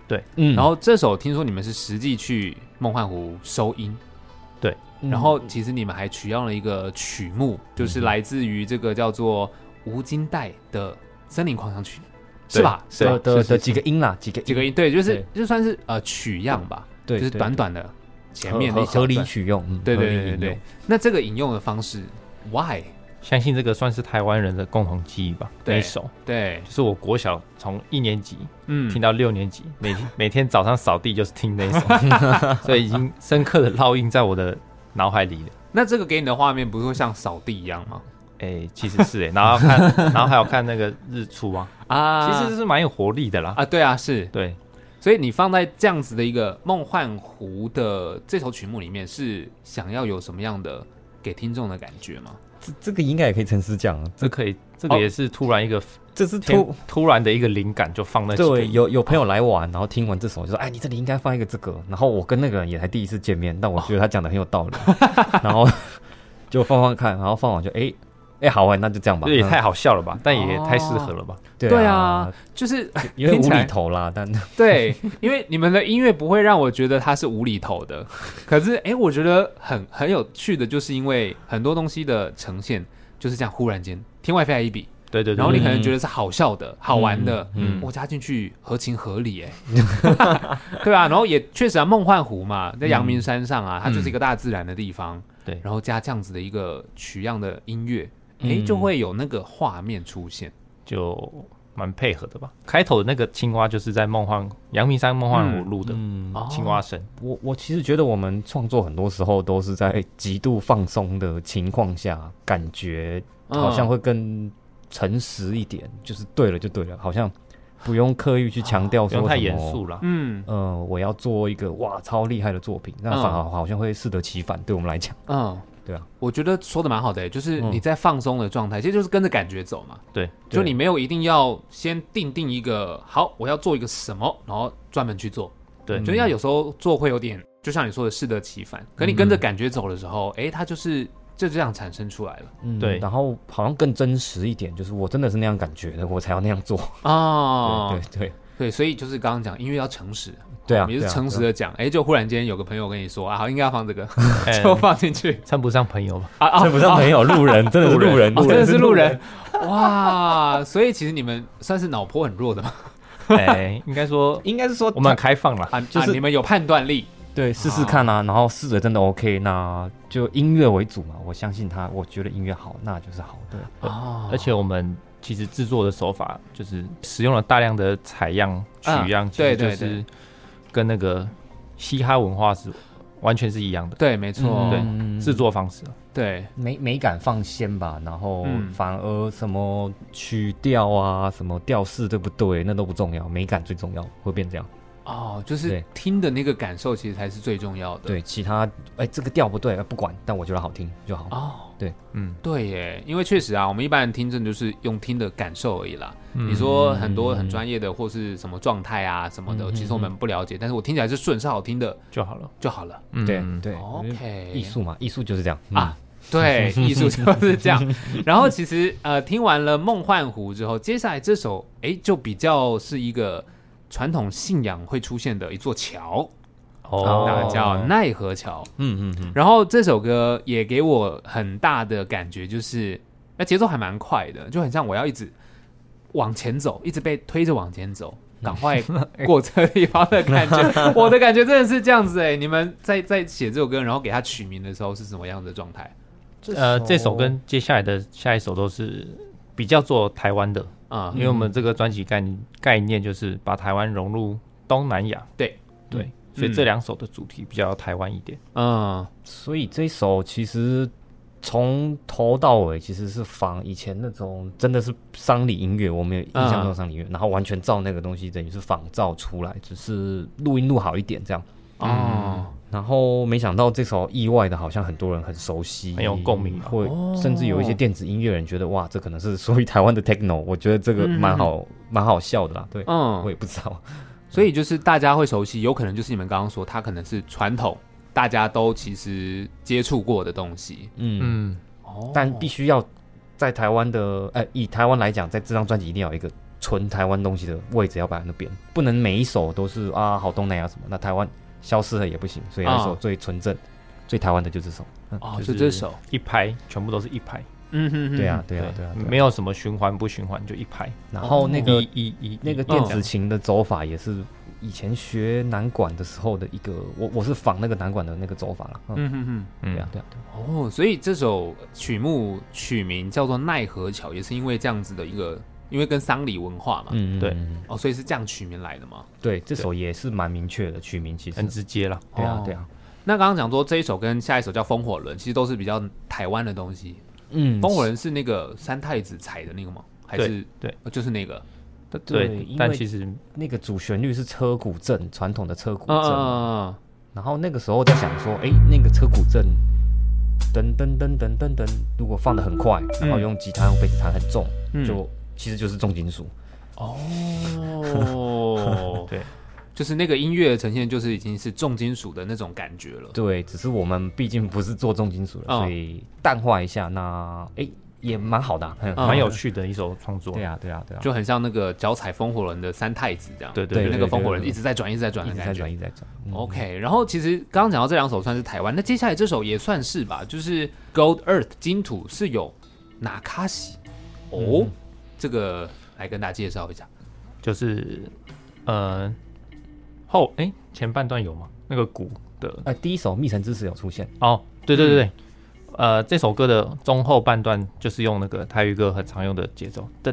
S2: 对，
S1: 然后这首听说你们是实际去梦幻湖收音，
S2: 对，
S1: 然后其实你们还取样了一个曲目，就是来自于这个叫做吴金代的《森林狂想曲》，是吧？
S3: 的几个音啦，几个音，
S1: 对，就算是取样吧，
S3: 对，
S1: 就是短短的前面的
S3: 合理取用，
S1: 对。那这个引用的方式 ，why？
S2: 相信这个算是台湾人的共同记忆吧。那一首，
S1: 对，
S2: 就是我国小从1年级听到6年级，每天早上扫地就是听那一首，所以已经深刻的烙印在我的脑海里了。
S1: 那这个给你的画面不是会像扫地一样吗？
S2: 其实是然后还有看那个日出啊，其实是蛮有活力的啦。
S1: 对啊，是
S2: 对，
S1: 所以你放在这样子的一个梦幻湖的这首曲目里面，是想要有什么样的给听众的感觉吗？
S3: 这个应该也可以诚实讲，
S2: 这个也是突然一个，
S3: 这是
S2: 突然的一个灵感就放在
S3: 对，有朋友来玩，然后听完这首就说，哎，你这里应该放一个这个，然后我跟那个人也才第一次见面，但我觉得他讲的很有道理，然后就放看，然后放完就好玩，那就这样吧。
S2: 这也太好笑了吧，但也太适合了吧？
S1: 对啊，就是
S3: 因为无厘头啦，但
S1: 对，因为你们的音乐不会让我觉得它是无厘头的，可是我觉得很有趣的，就是因为很多东西的呈现就是这样，忽然间天外飞来一笔，
S2: 对，
S1: 然后你可能觉得是好笑的、好玩的，我加进去合情合理，对啊，然后也确实啊，梦幻湖嘛，在阳明山上啊，它就是一个大自然的地方，
S2: 对，
S1: 然后加这样子的一个取样的音乐。就会有那个画面出现，
S2: 就蛮配合的吧。开头的那个青蛙就是在阳明山梦幻湖录的青蛙声。
S3: 我其实觉得我们创作很多时候都是在极度放松的情况下，感觉好像会更诚实一点，就是对了就对了，好像不用刻意去强调说什么，
S2: 不用太严肃了。
S3: 我要做一个超厉害的作品，那反而好像会适得其反，对我们来讲。对啊，
S1: 我觉得说的蛮好的，就是你在放松的状态，其实就是跟着感觉走嘛。
S2: 对，
S1: 就你没有一定要先定一个好，我要做一个什么，然后专门去做。
S2: 对，
S1: 就要有时候做会有点，就像你说的适得其反。可你跟着感觉走的时候，它就这样产生出来了。
S3: 对，然后好像更真实一点，就是我真的是那样感觉的，我才要那样做。对，
S1: 所以就是刚刚讲音乐要诚实。
S3: 对啊，
S1: 也是诚实的讲，就忽然间有个朋友跟你说好，应该要放这个，就放进去，
S2: 称不上朋友吧？
S3: 称不上朋友，路人，真的是路人，
S1: 真的是路人，哇！所以其实你们算是脑波很弱的吗？
S2: 应该是说我们很开放了，
S1: 就是你们有判断力，
S3: 对，试试看啊，然后试着真的 OK， 那就音乐为主嘛，我相信他，我觉得音乐好，那就是好的。
S2: 而且我们其实制作的手法就是使用了大量的采样、取样，其实就是跟那个嘻哈文化是完全是一样的。
S1: 对，没错，
S2: 对，制作方式，
S1: 对，
S3: 美感放先吧，然后反而什么曲调啊、什么调式对不对，那都不重要，美感最重要，会变这样。
S1: 就是听的那个感受其实才是最重要的。
S3: 对，其他这个调不对，不管，但我觉得好听就好。对，
S1: 对耶，因为确实啊，我们一般人听真的就是用听的感受而已啦。你说很多很专业的或是什么状态啊什么的，其实我们不了解，但是我听起来是顺是好听的
S2: 就好了。
S3: 对
S1: ，OK，
S3: 艺术嘛，艺术就是这样
S1: 对，艺术就是这样。然后其实听完了梦幻湖之后，接下来这首就比较是一个传统信仰会出现的一座桥，那叫奈何桥。然后这首歌也给我很大的感觉，就是节奏还蛮快的，就很像我要一直往前走，一直被推着往前走，赶快过这个地方的感觉。我的感觉真的是这样子。你们在写这首歌，然后给它取名的时候是什么样的状态？
S2: 这首跟接下来的下一首都是比较做台湾的。因为我们这个专辑概念就是把台湾融入东南亚，对，所以这两首的主题比较台湾一点。
S3: 所以这首其实从头到尾其实是仿以前那种真的是丧礼音乐，我们有印象中的丧礼音乐，然后完全照那个东西，等于是仿照出来，只是录音录好一点这样。然后没想到这首意外的，好像很多人很熟悉，
S2: 很有共鸣，
S3: 或甚至有一些电子音乐人觉得哇，这可能是属于台湾的 techno， 我觉得这个蛮好笑的啦。对，我也不知道，
S1: 所以就是大家会熟悉，有可能就是你们刚刚说，它可能是传统，大家都其实接触过的东西。
S3: 但必须要在台湾的以台湾来讲，在这张专辑一定要有一个纯台湾东西的位置要摆在那边，不能每一首都是好东南亚什么，那台湾消失了也不行，所以那首最纯正、最台湾的就这首。
S1: 就这首
S2: 一拍，全部都是一拍。
S3: 对啊，
S2: 没有什么循环不循环，就一拍。
S3: 然后那个
S2: 那
S3: 个电子琴的走法也是以前学南管的时候的一个，我是仿那个南管的那个走法了。对啊。
S1: 所以这首曲目取名叫做奈何桥，也是因为这样子的一个，因为跟丧礼文化嘛。
S2: 对。
S1: 所以是这样取名来的嘛。
S3: 对，这首也是蛮明确的取名，其实
S2: 很直接了。
S3: 对啊。
S1: 那刚刚讲说这一首跟下一首叫风火轮，其实都是比较台湾的东西。风火轮是那个三太子踩的那个吗？还是
S2: 对，
S1: 就是那个。
S2: 对，但其实
S3: 那个主旋律是车鼓阵，传统的车鼓阵。然后那个时候在想说，那个车鼓阵，噔噔噔噔噔噔，如果放得很快，然后用吉他、用贝斯弹很重，其实就是重金属。
S1: 对。就是那个音乐的呈现，就是已经是重金属的那种感觉了。
S3: 对，只是我们毕竟不是做重金属的，所以淡化一下，那也蛮好的，
S2: 蛮有趣的一首创作。
S3: 对啊，
S1: 就很像那个脚踩风火轮的三太子这样。
S2: 对，
S1: 那个风火轮一直在转，一直在转的感觉。
S3: 一直在转。
S1: OK， 然后其实刚刚讲到这两首算是台湾，那接下来这首也算是吧，就是 Gold Earth 金土是有纳卡西这个来跟大家介绍一下，
S2: 就是前半段有吗？那个鼓的
S3: 第一首《密城之死》有出现
S2: 对，这首歌的中后半段就是用那个台语歌很常用的节奏，的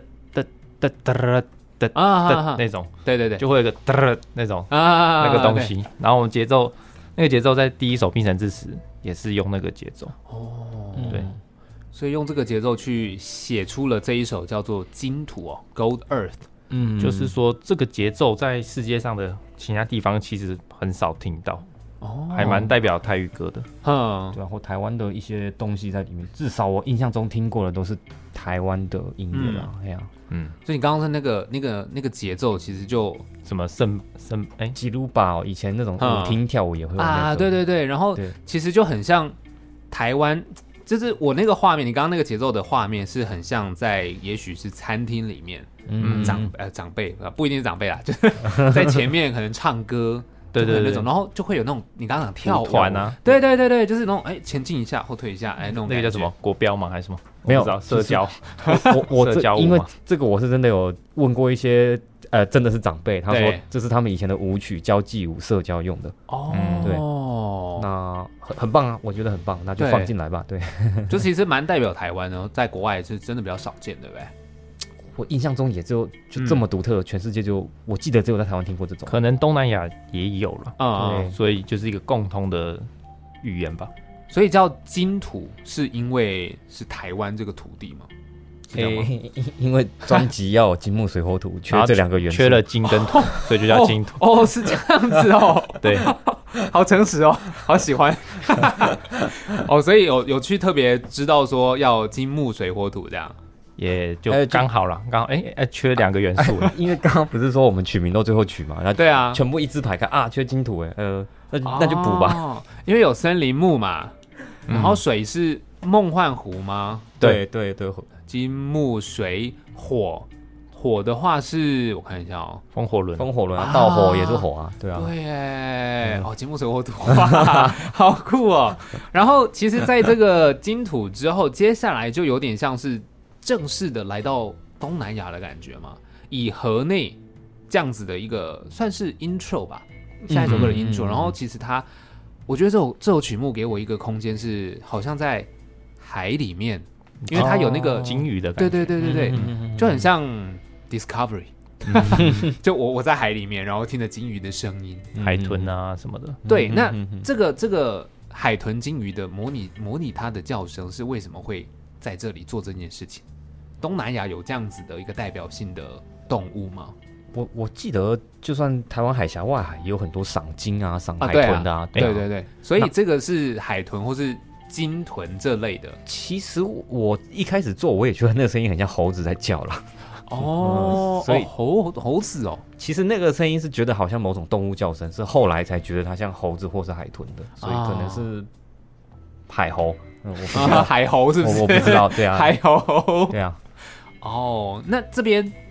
S2: 那种，
S1: 对，
S2: 就会有一个那种那个东西，然后我们那个节奏在第一首《密城之死》也是用那个节奏对，
S1: 所以用这个节奏去写出了这一首叫做金土Gold Earth。
S2: 就是说这个节奏在世界上的其他地方其实很少听到，还蛮代表台语歌的。
S3: 对啊，或台湾的一些东西在里面，至少我印象中听过的都是台湾的音乐啦。
S1: 所以你刚刚的那个节奏，其实就
S2: 什么
S3: 吉鲁巴以前那种舞厅跳舞也会有那种
S1: 对，然后其实就很像台湾。就是我那个画面，你刚刚那个节奏的画面是很像在，也许是餐厅里面，长辈不一定是长辈啦，就是在前面可能唱歌，对那种，然后就会有那种你刚刚讲跳舞
S2: 团啊，
S1: 对，就是那种前进一下后退一下，那种
S2: 那个叫什么国标吗？还是什么？
S3: 没有
S2: 社交，
S3: 社交舞，因为这个我是真的有问过一些真的是长辈，他说这是他们以前的舞曲，交际舞、社交用的。对。那很棒啊，我觉得很棒，那就放进来吧。对，
S1: 就其实蛮代表台湾的，在国外是真的比较少见，对不对？
S3: 我印象中也就这么独特，全世界我记得只有在台湾听过这种，
S2: 可能东南亚也有了所以就是一个共通的语言吧。
S1: 所以叫金土是因为是台湾这个土地吗？
S3: 因为专辑要有金木水火土，缺这两个元素，
S2: 缺了金跟土，所以就叫金土。
S1: 是这样子
S2: 对，
S1: 好诚实好喜欢。所以有去特别知道说要金木水火土这样，
S2: 也就刚好了，刚好缺两个元素
S3: 因为刚刚不是说我们取名都最后取嘛，
S1: 对啊，
S3: 全部一字排开缺金土那就补吧，
S1: 因为有森林木嘛，然后水是梦幻湖吗？
S3: 对，
S1: 金木水火，火的话是我看一下
S2: 风火轮
S3: 盗火也是火啊，对啊，
S1: 对金木水火土，哇，好酷然后其实在这个金土之后，接下来就有点像是正式的来到东南亚的感觉嘛，以河内这样子的一个算是 intro 吧，下一首歌的 intro，然后其实我觉得这首曲目给我一个空间是好像在海里面，因为它有那个
S2: 鲸鱼的感觉，
S1: 对，就很像 Discovery，就我在海里面，然后听着鲸鱼的声音，
S2: 海豚啊什么的。
S1: 对，那这个海豚鲸鱼的模拟它的叫声是为什么会在这里做这件事情？东南亚有这样子的一个代表性的动物吗？
S3: 我记得，就算台湾海峡外海也有很多赏鲸啊、赏海豚的
S1: 对，所以这个是海豚或是鲸豚这类的。
S3: 其实我一开始做，我也觉得那个声音很像猴子在叫了。
S1: 所以猴子
S3: 其实那个声音是觉得好像某种动物叫声，是后来才觉得它像猴子或是海豚的，所以可能是海猴。我不知道
S1: 海猴是不是？
S3: 我不知道，对啊，
S1: 海猴，
S3: 对啊。
S1: 那这边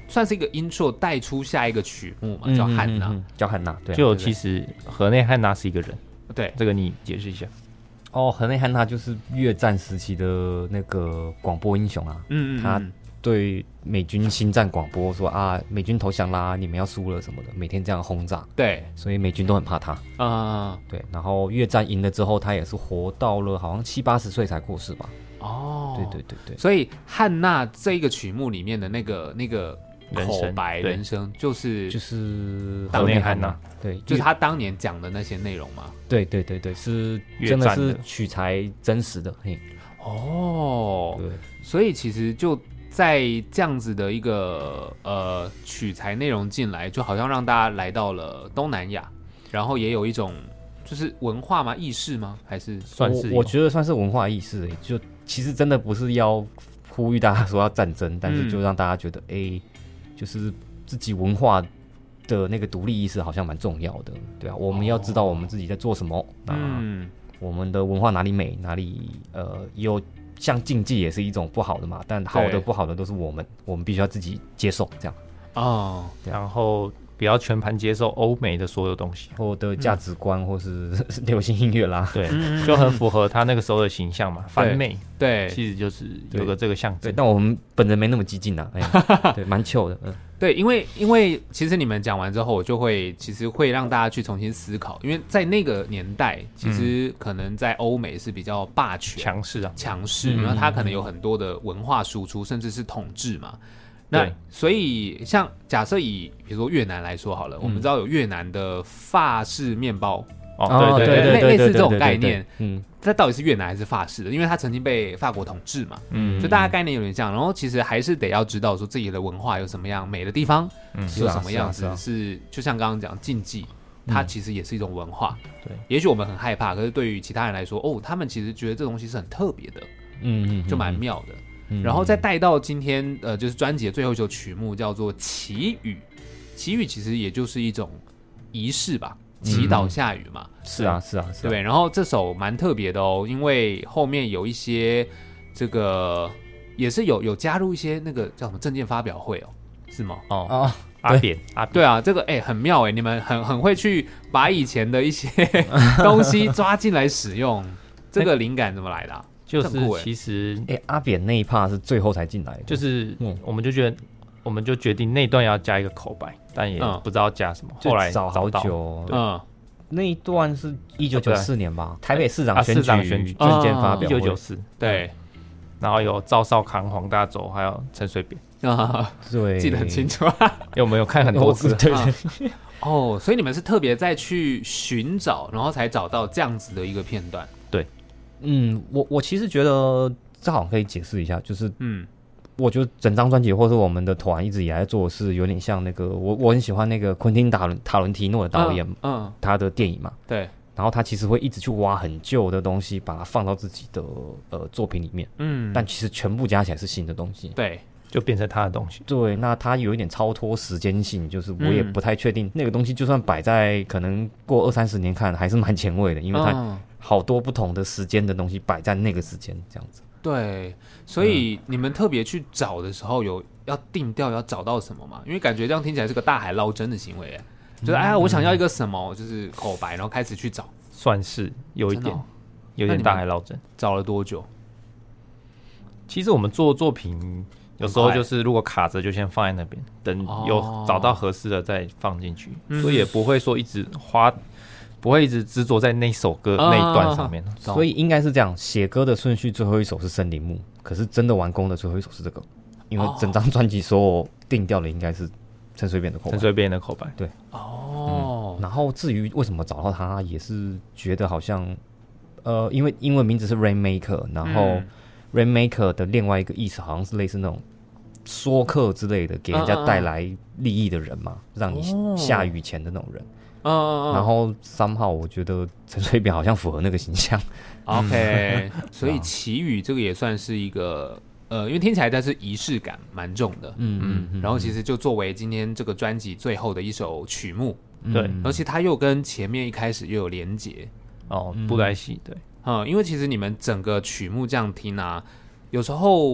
S1: 算是一个 intro 带出下一个曲目嘛，叫汉娜，
S3: 叫汉娜，对，
S2: 就其实河内汉娜是一个人，
S1: 对，
S2: 这个你解释一下。
S3: 河内汉娜就是越战时期的那个广播英雄啊，他对美军心战广播说啊，美军投降啦，你们要输了什么的，每天这样轰炸，
S1: 对，
S3: 所以美军都很怕他对，然后越战赢了之后，他也是活到了好像70-80岁才过世吧。对，
S1: 所以汉娜这一个曲目里面的那个口白人声就是
S3: 河内汉娜，对，
S1: 就是他当年讲的那些内容嘛。
S3: 对，是真的是取材真实的。对，
S1: 所以其实就在这样子的一个取材内容进来，就好像让大家来到了东南亚，然后也有一种就是文化吗？意识吗？还是算是
S3: 我觉得算是文化意识。就其实真的不是要呼吁大家说要战争，但是就让大家觉得就是自己文化的那个独立意识好像蛮重要的，对啊，我们要知道我们自己在做什么，我们的文化哪里美，哪里有像竞技也是一种不好的嘛，但好的不好的都是我们必须要自己接受这样
S2: 然后不要全盘接受欧美的所有东西，
S3: 或的价值观，或是流行音乐啦，
S2: 对，就很符合他那个时候的形象嘛，反美，
S1: 对，
S2: 其实就是有个这个象征。
S3: 对，但我们本人没那么激进啊，对，蛮糗的，
S1: 对，因为其实你们讲完之后，我就会其实会让大家去重新思考，因为在那个年代，其实可能在欧美是比较霸权、强势，然后它可能有很多的文化输出，甚至是统治嘛。那所以像假设以比如说越南来说好了，我们知道有越南的法式面包，
S3: 对，
S1: 类似这种概念，这到底是越南还是法式的？因为它曾经被法国统治嘛，所以大家概念有点像。然后其实还是得要知道说自己的文化有什么样美的地方，有什么样子是就像刚刚讲禁忌，它其实也是一种文化。对，也许我们很害怕，可是对于其他人来说，他们其实觉得这东西是很特别的，就蛮妙的。然后再带到今天就是专辑的最后一首曲目叫做祈雨，祈雨其实也就是一种仪式吧，祈祷下雨嘛。
S3: 是啊，
S1: 对。然后这首蛮特别的因为后面有一些这个也是有加入一些那个叫什么政见发表会是吗？
S2: 阿扁，
S1: 对啊，这个很妙你们很会去把以前的一些东西抓进来使用，这个灵感怎么来的
S2: 就是其实
S3: 阿扁那一 part 是最后才进来的，
S2: 就是我们就决定那段要加一个口白，但也不知道加什么，后来
S3: 找好久，那一段是1994年吧，台北市长选举政见发表会
S2: ，1994，
S1: 对，
S2: 然后有赵少康、黄大洲还有陈水扁
S1: 对，记得很清楚，
S2: 因为我们有看很多次，
S3: 对
S1: 所以你们是特别再去寻找，然后才找到这样子的一个片段，
S2: 对。
S3: 我其实觉得这好像可以解释一下，就是我觉得整张专辑或是我们的团一直以来做的是有点像那个我很喜欢那个昆汀塔伦提诺的导演，他的电影嘛，
S1: 对，
S3: 然后他其实会一直去挖很旧的东西，把它放到自己的作品里面，但其实全部加起来是新的东西，
S1: 对，
S2: 就变成他的东西，
S3: 对，那他有一点超脱时间性，就是我也不太确定那个东西就算摆在可能过20-30年看还是蛮前卫的，因为它好多不同的时间的东西摆在那个时间这样子。
S1: 对，所以你们特别去找的时候，有要定调要找到什么吗？因为感觉这样听起来是个大海捞针的行为，就是我想要一个什么，就是口白，然后开始去找，
S2: 算是有一点大海捞针。
S1: 找了多久？
S2: 其实我们做作品有时候就是如果卡着就先放在那边，等有找到合适的再放进去，所以也不会说一直不会一直执着在那首歌那一段上面，
S3: 所以应该是这样，写歌的顺序最后一首是森林木，可是真的完工的最后一首是这个，因为整张专辑所有定调的应该是陈水扁的口白，对，然后至于为什么找到他，也是觉得好像因为英文名字是 Rainmaker， 然后 Rainmaker 的另外一个意思好像是类似那种说客之类的，给人家带来利益的人嘛，让你下雨前的那种人。然后somehow我觉得陈水扁好像符合那个形象。
S1: OK， 所以祈雨这个也算是一个因为听起来它是仪式感蛮重的，然后其实就作为今天这个专辑最后的一首曲目，
S2: 对，
S1: 而且它又跟前面一开始又有连结，
S2: 布袋戏，对，
S1: 因为其实你们整个曲目这样听啊，有时候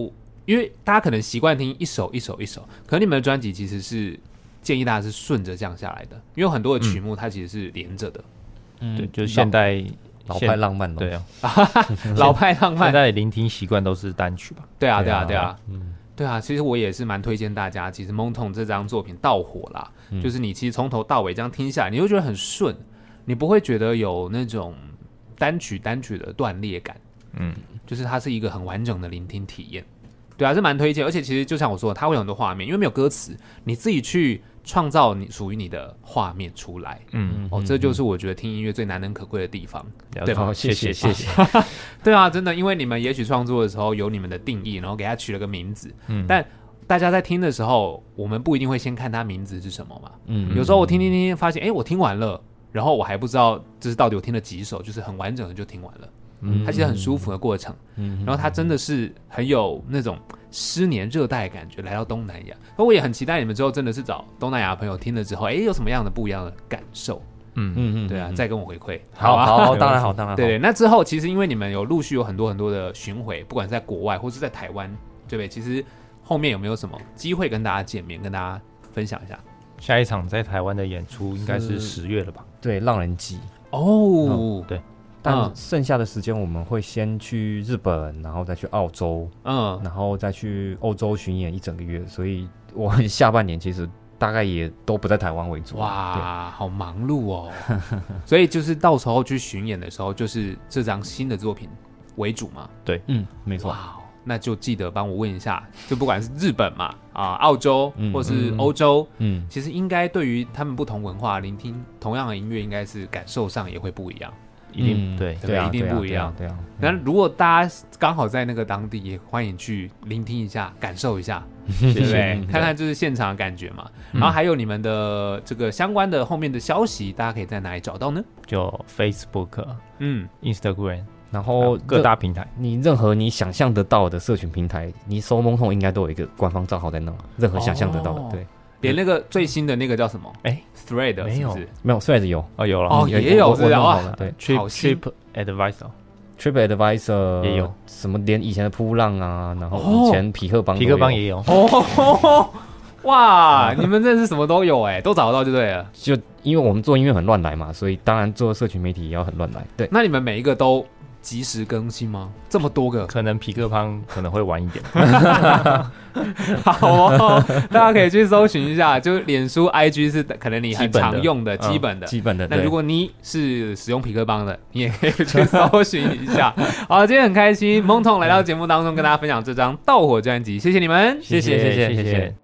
S1: 因为大家可能习惯听一首一首一首，可能你们的专辑其实是建议大家是顺着这样下来的，因为有很多的曲目它其实是连着的。
S2: 对，就是现代
S3: 老派浪漫，
S2: 对啊，
S1: 老派浪漫。
S2: 现在的聆听习惯都是单曲吧？
S1: 对啊，对啊，其实我也是蛮推荐大家，其实 Montone 这张作品到火啦，就是你其实从头到尾这样听下来，你会觉得很顺，你不会觉得有那种单曲的断裂感，就是它是一个很完整的聆听体验。对啊，是蛮推荐，而且其实就像我说的，它会有很多画面，因为没有歌词，你自己去创造你属于你的画面出来。这就是我觉得听音乐最难能可贵的地方，对吧？
S3: 谢谢。
S1: 对啊，真的，因为你们也许创作的时候有你们的定义，然后给它取了个名字，但大家在听的时候，我们不一定会先看它名字是什么嘛。有时候我听，发现我听完了，然后我还不知道这是到底我听了几首，就是很完整的就听完了。它其实很舒服的过程，然后它真的是很有那种湿黏热带的感觉，来到东南亚。而我也很期待你们之后真的是找东南亚朋友听了之后，有什么样的不一样的感受？对啊，再跟我回馈。
S3: 好，当然好。
S1: 对，那之后其实因为你们有陆续有很多的巡回，不管是在国外或是在台湾，对不对？其实后面有没有什么机会跟大家见面，跟大家分享一下？
S2: 下一场在台湾的演出应该是10月了吧？
S3: 对，浪人祭。
S2: 对。
S3: 但剩下的时间我们会先去日本，然后再去澳洲，然后再去欧洲巡演1整个月，所以我们下半年其实大概也都不在台湾为主。
S1: 哇，好忙碌哦！所以就是到时候去巡演的时候，就是这张新的作品为主嘛？
S2: 对，
S3: 没错。
S1: 哇，那就记得帮我问一下，就不管是日本嘛，澳洲或是欧洲，其实应该对于他们不同文化聆听同样的音乐，应该是感受上也会不一样。
S2: 一定对，
S1: 一定不一样。
S3: 对啊。
S1: 那如果大家刚好在那个当地，也欢迎去聆听一下，感受一下，对不对？看看就是现场的感觉嘛。然后还有你们的这个相关的后面的消息，大家可以在哪里找到呢？
S2: 就 Facebook、Instagram，
S3: 然后
S2: 各大平台，
S3: 你任何你想象得到的社群平台，你搜Montone应该都有一个官方账号在那，任何想象得到的，对。
S1: 连那个最新的那个叫什么？Thread
S3: 没
S1: 有
S3: Thread 有
S2: 有了
S1: 也有是吧？
S3: 对
S2: ，Trip Advisor
S3: 也有，什么连以前的扑浪啊，然后以前匹克邦
S2: 也有
S1: 哇，你们真是什么都有都找得到就对了。
S3: 就因为我们做音乐很乱来嘛，所以当然做社群媒体也要很乱来。对，
S1: 那你们每一个都及时更新吗？这么多个，
S2: 可能匹克邦可能会晚一点。
S1: 好大家可以去搜寻一下，就脸书、IG 是可能你很常用的基本的。那如果你是使用匹克邦的，你也可以去搜寻一下。好，今天很开心，Montone来到节目当中跟大家分享这张《盗火》专辑，谢谢你们，
S2: 谢谢。